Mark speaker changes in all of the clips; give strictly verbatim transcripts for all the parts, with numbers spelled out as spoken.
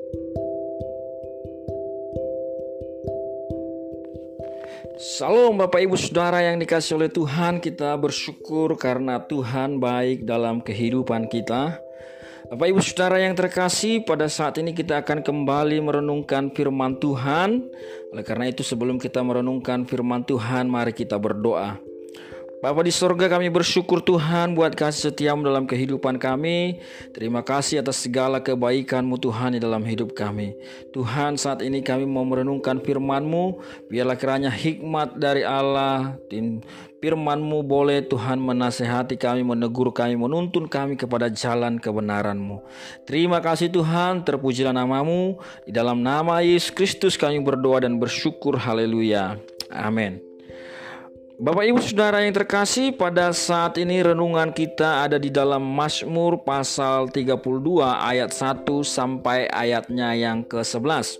Speaker 1: Salam Bapak Ibu Saudara yang dikasihi oleh Tuhan, kita bersyukur karena Tuhan baik dalam kehidupan kita. Bapak Ibu Saudara yang terkasih, pada saat ini kita akan kembali merenungkan firman Tuhan. Oleh karena itu sebelum kita merenungkan firman Tuhan, mari kita berdoa. Bapa di sorga, kami bersyukur Tuhan buat kasih setiamu dalam kehidupan kami. Terima kasih atas segala kebaikan-Mu Tuhan di dalam hidup kami. Tuhan, saat ini kami mau merenungkan firman-Mu. Biarlah kiranya hikmat dari Allah, firman-Mu boleh Tuhan menasehati kami, menegur kami, menuntun kami kepada jalan kebenaran-Mu. Terima kasih Tuhan, terpujilah nama-Mu. Di dalam nama Yesus Kristus kami berdoa dan bersyukur. Haleluya. Amin. Bapak Ibu Saudara yang terkasih, pada saat ini renungan kita ada di dalam Mazmur pasal tiga puluh dua ayat satu sampai ayatnya yang ke sebelas.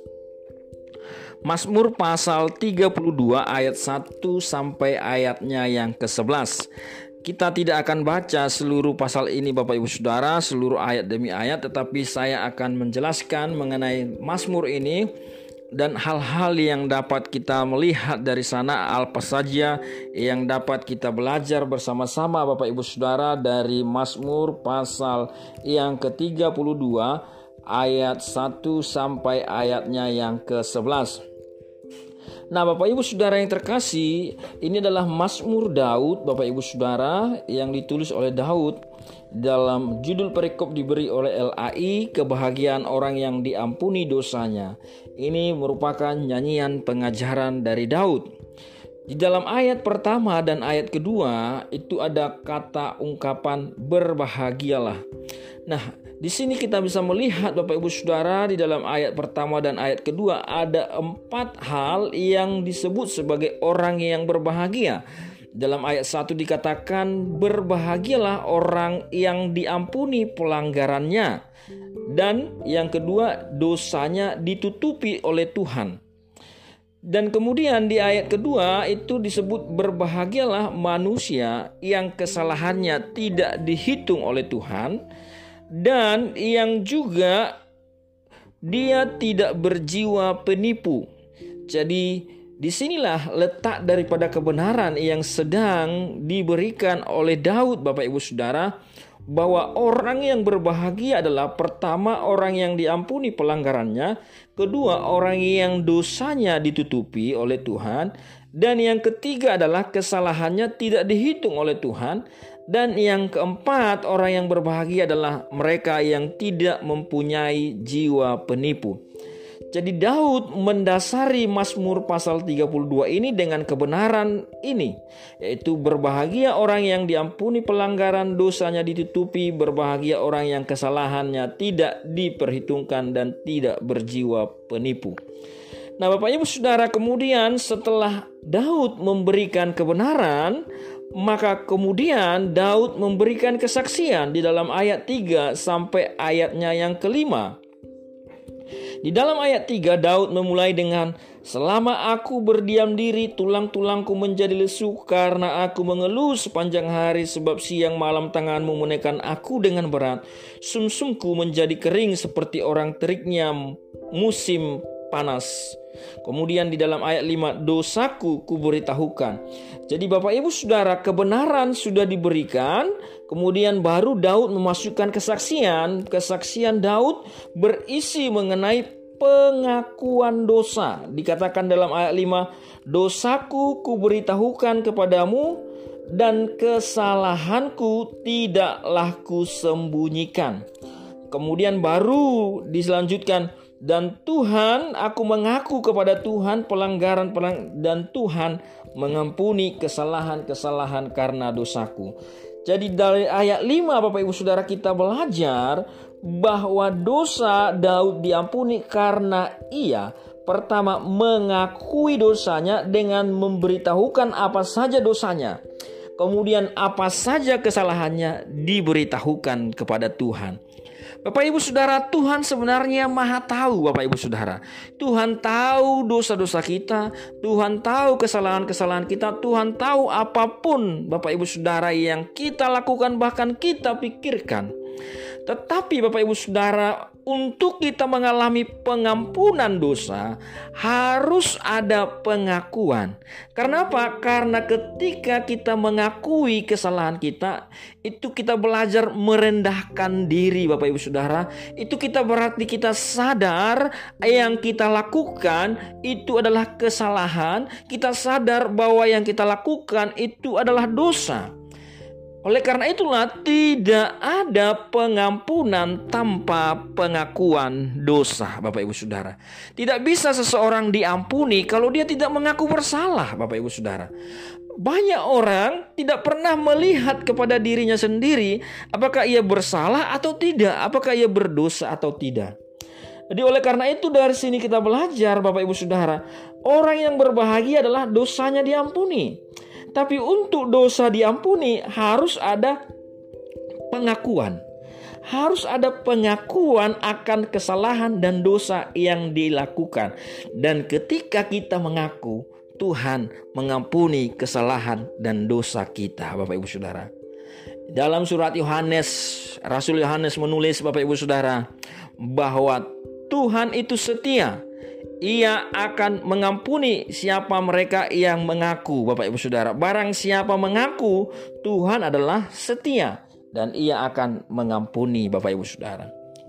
Speaker 1: Mazmur pasal tiga puluh dua ayat satu sampai ayatnya yang ke sebelas. Kita tidak akan baca seluruh pasal ini Bapak Ibu Saudara, seluruh ayat demi ayat, tetapi saya akan menjelaskan mengenai Mazmur ini dan hal-hal yang dapat kita melihat dari sana, apa saja yang dapat kita belajar bersama-sama Bapak Ibu Saudara dari Mazmur pasal yang ke tiga puluh dua ayat satu sampai ayatnya yang ke sebelas. Nah Bapak Ibu Saudara yang terkasih, ini adalah Mazmur Daud Bapak Ibu Saudara yang ditulis oleh Daud. Dalam judul perikop diberi oleh L A I, kebahagiaan orang yang diampuni dosanya. Ini merupakan nyanyian pengajaran dari Daud. Di dalam ayat pertama dan ayat kedua itu ada kata ungkapan berbahagialah. Nah, di sini kita bisa melihat Bapak Ibu Saudara, di dalam ayat pertama dan ayat kedua ada empat hal yang disebut sebagai orang yang berbahagia. Dalam ayat satu dikatakan berbahagialah orang yang diampuni pelanggarannya, dan yang kedua dosanya ditutupi oleh Tuhan. Dan kemudian di ayat kedua itu disebut berbahagialah manusia yang kesalahannya tidak dihitung oleh Tuhan, dan yang juga dia tidak berjiwa penipu. Jadi disinilah letak daripada kebenaran yang sedang diberikan oleh Daud Bapak Ibu Saudara, bahwa orang yang berbahagia adalah pertama orang yang diampuni pelanggarannya, kedua orang yang dosanya ditutupi oleh Tuhan, dan yang ketiga adalah kesalahannya tidak dihitung oleh Tuhan, dan yang keempat orang yang berbahagia adalah mereka yang tidak mempunyai jiwa penipu. Jadi Daud mendasari Mazmur pasal tiga puluh dua ini dengan kebenaran ini, yaitu berbahagia orang yang diampuni pelanggaran, dosanya ditutupi, berbahagia orang yang kesalahannya tidak diperhitungkan dan tidak berjiwa penipu. Nah Bapak Ibu Saudara, kemudian setelah Daud memberikan kebenaran, maka kemudian Daud memberikan kesaksian di dalam ayat tiga sampai ayatnya yang kelima. Di dalam ayat tiga Daud memulai dengan, selama aku berdiam diri, tulang-tulangku menjadi lesu karena aku mengeluh sepanjang hari, sebab siang malam tanganmu menekan aku dengan berat. Sumsumku menjadi kering seperti orang teriknya musim panas. Kemudian di dalam ayat lima, dosaku kuberitahukan. Jadi Bapak Ibu Saudara, kebenaran sudah diberikan, kemudian baru Daud memasukkan kesaksian. Kesaksian Daud berisi mengenai pengakuan dosa. Dikatakan dalam ayat lima, dosaku kuberitahukan kepadamu dan kesalahanku tidaklah kusembunyikan. Kemudian baru diselanjutkan, dan Tuhan, aku mengaku kepada Tuhan pelanggaran pelanggaran dan Tuhan mengampuni kesalahan-kesalahan karena dosaku. Jadi dari ayat lima Bapak Ibu Saudara kita belajar bahwa dosa Daud diampuni karena ia pertama mengakui dosanya dengan memberitahukan apa saja dosanya. Kemudian apa saja kesalahannya diberitahukan kepada Tuhan. Bapak Ibu Saudara, Tuhan sebenarnya maha tahu Bapak Ibu Saudara. Tuhan tahu dosa-dosa kita, Tuhan tahu kesalahan-kesalahan kita, Tuhan tahu apapun Bapak Ibu Saudara yang kita lakukan bahkan kita pikirkan. Tetapi Bapak Ibu Saudara, untuk kita mengalami pengampunan dosa harus ada pengakuan. Karena apa? Karena ketika kita mengakui kesalahan kita, itu kita belajar merendahkan diri, Bapak Ibu Saudara. Itu kita berarti kita sadar yang kita lakukan itu adalah kesalahan. Kita sadar bahwa yang kita lakukan itu adalah dosa. Oleh karena itulah tidak ada pengampunan tanpa pengakuan dosa, Bapak Ibu Saudara. Tidak bisa seseorang diampuni kalau dia tidak mengaku bersalah, Bapak Ibu Saudara. Banyak orang tidak pernah melihat kepada dirinya sendiri apakah ia bersalah atau tidak, apakah ia berdosa atau tidak. Jadi oleh karena itu dari sini kita belajar, Bapak Ibu Saudara, orang yang berbahagia adalah dosanya diampuni. Tapi untuk dosa diampuni harus ada pengakuan. Harus ada pengakuan akan kesalahan dan dosa yang dilakukan. Dan ketika kita mengaku, Tuhan mengampuni kesalahan dan dosa kita, Bapak Ibu Saudara. Dalam surat Yohanes, Rasul Yohanes menulis, Bapak Ibu Saudara, bahwa Tuhan itu setia. Ia akan mengampuni siapa mereka yang mengaku, Bapak Ibu Saudara. Barang siapa mengaku, Tuhan adalah setia dan ia akan mengampuni, Bapak Ibu Saudara.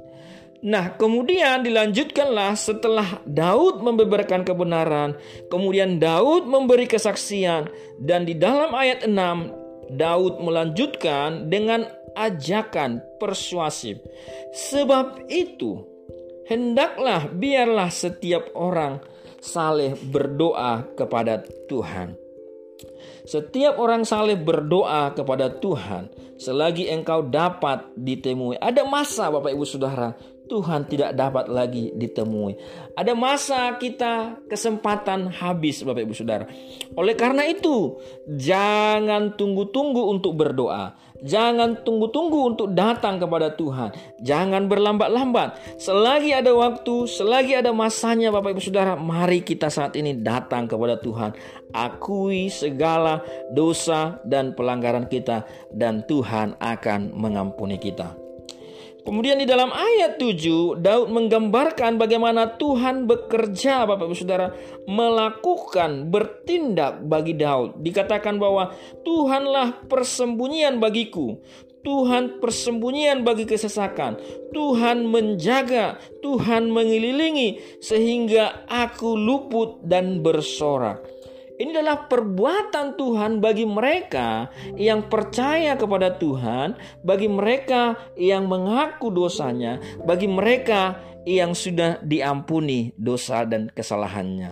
Speaker 1: Nah, kemudian dilanjutkanlah setelah Daud membeberkan kebenaran, kemudian Daud memberi kesaksian, dan di dalam ayat enam Daud melanjutkan dengan ajakan persuasif. Sebab itu hendaklah biarlah setiap orang saleh berdoa kepada Tuhan. Setiap orang saleh berdoa kepada Tuhan selagi engkau dapat ditemui. Ada masa, Bapak Ibu Saudara, Tuhan tidak dapat lagi ditemui. Ada masa kita kesempatan habis, Bapak Ibu Saudara. Oleh karena itu, jangan tunggu-tunggu untuk berdoa. Jangan tunggu-tunggu untuk datang kepada Tuhan. Jangan berlambat-lambat. Selagi ada waktu, selagi ada masanya, Bapak Ibu Saudara, mari kita saat ini datang kepada Tuhan. Akui segala dosa dan pelanggaran kita, dan Tuhan akan mengampuni kita. Kemudian di dalam ayat tujuh, Daud menggambarkan bagaimana Tuhan bekerja, Bapak Ibu Saudara, melakukan, bertindak bagi Daud. Dikatakan bahwa Tuhanlah persembunyian bagiku, Tuhan persembunyian bagi kesesakan, Tuhan menjaga, Tuhan mengelilingi sehingga aku luput dan bersorak. Ini adalah perbuatan Tuhan bagi mereka yang percaya kepada Tuhan, bagi mereka yang mengaku dosanya, bagi mereka yang sudah diampuni dosa dan kesalahannya.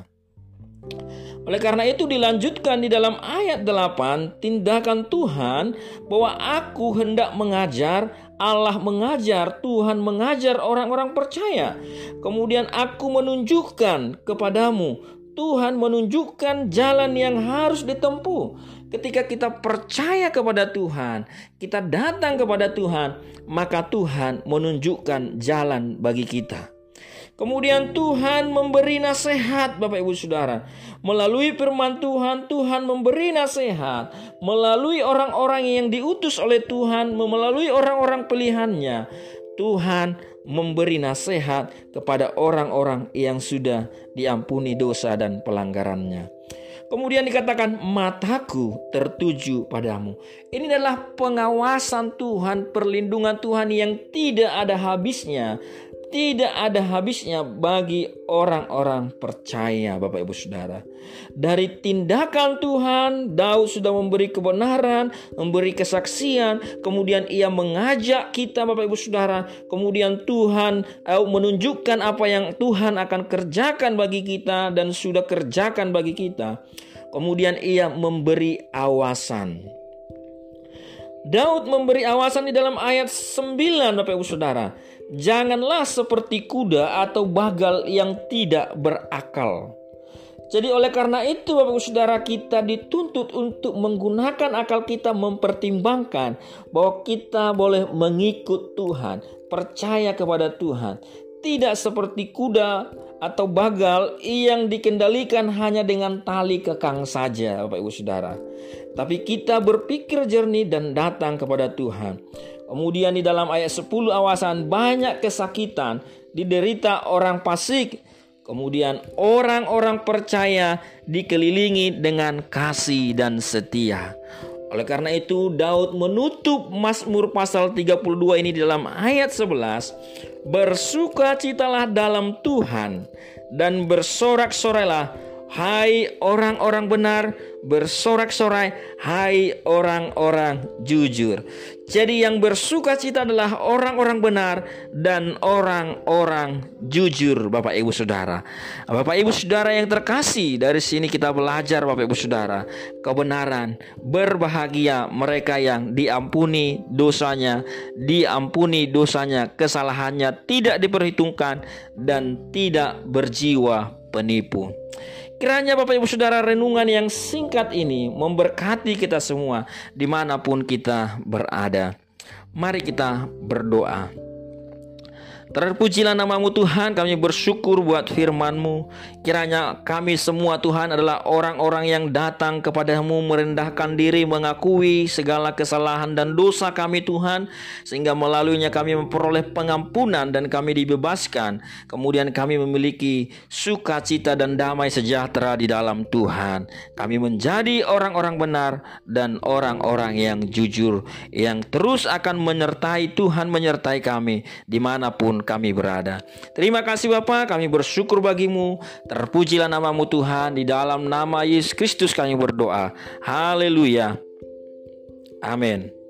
Speaker 1: Oleh karena itu dilanjutkan di dalam ayat delapan, tindakan Tuhan bahwa aku hendak mengajar, Allah mengajar, Tuhan mengajar orang-orang percaya. Kemudian aku menunjukkan kepadamu, Tuhan menunjukkan jalan yang harus ditempuh. Ketika kita percaya kepada Tuhan, kita datang kepada Tuhan, maka Tuhan menunjukkan jalan bagi kita. Kemudian Tuhan memberi nasihat, Bapak Ibu Saudara. Melalui firman Tuhan, Tuhan memberi nasihat. Melalui orang-orang yang diutus oleh Tuhan, melalui orang-orang pilihannya, Tuhan memberi nasihat kepada orang-orang yang sudah diampuni dosa dan pelanggarannya. Kemudian dikatakan mataku tertuju padamu. Ini adalah pengawasan Tuhan, perlindungan Tuhan yang tidak ada habisnya. Tidak ada habisnya bagi orang-orang percaya, Bapak Ibu Saudara. Dari tindakan Tuhan, Daud sudah memberi kebenaran, memberi kesaksian, kemudian ia mengajak kita, Bapak Ibu Saudara. Kemudian Tuhan eh, menunjukkan apa yang Tuhan akan kerjakan bagi kita dan sudah kerjakan bagi kita. Kemudian ia memberi awasan. Daud memberi awasan di dalam ayat sembilan, Bapak Ibu Saudara. Janganlah seperti kuda atau bagal yang tidak berakal. Jadi oleh karena itu, Bapak Ibu Saudara, kita dituntut untuk menggunakan akal kita, mempertimbangkan bahwa kita boleh mengikut Tuhan, percaya kepada Tuhan. Tidak seperti kuda atau bagal yang dikendalikan hanya dengan tali kekang saja, Bapak Ibu Saudara. Tapi kita berpikir jernih dan datang kepada Tuhan. Kemudian di dalam ayat sepuluh awasan, banyak kesakitan diderita orang fasik. Kemudian orang-orang percaya dikelilingi dengan kasih dan setia. Oleh karena itu Daud menutup Mazmur pasal tiga puluh dua ini di dalam ayat sebelas. Bersukacitalah dalam Tuhan dan bersorak-sorailah, hai orang-orang benar, bersorak-sorai, hai orang-orang jujur. Jadi yang bersukacita adalah orang-orang benar dan orang-orang jujur, Bapak Ibu Saudara. Bapak Ibu Saudara yang terkasih, dari sini kita belajar, Bapak Ibu Saudara, kebenaran. Berbahagia mereka yang diampuni dosanya, diampuni dosanya, kesalahannya tidak diperhitungkan dan tidak berjiwa penipu. Kiranya Bapak Ibu Saudara renungan yang singkat ini memberkati kita semua dimanapun kita berada. Mari kita berdoa. Terpujilah namamu Tuhan, kami bersyukur buat firman-Mu. Kiranya kami semua Tuhan adalah orang-orang yang datang kepadamu merendahkan diri, mengakui segala kesalahan dan dosa kami Tuhan, sehingga melaluinya kami memperoleh pengampunan dan kami dibebaskan. Kemudian kami memiliki sukacita dan damai sejahtera di dalam Tuhan. Kami menjadi orang-orang benar dan orang-orang yang jujur, yang terus akan menyertai Tuhan, menyertai kami dimanapun kami berada. Terima kasih Bapa, kami bersyukur bagimu. Terpujilah namamu Tuhan, di dalam nama Yesus Kristus kami berdoa. Haleluya. Amin.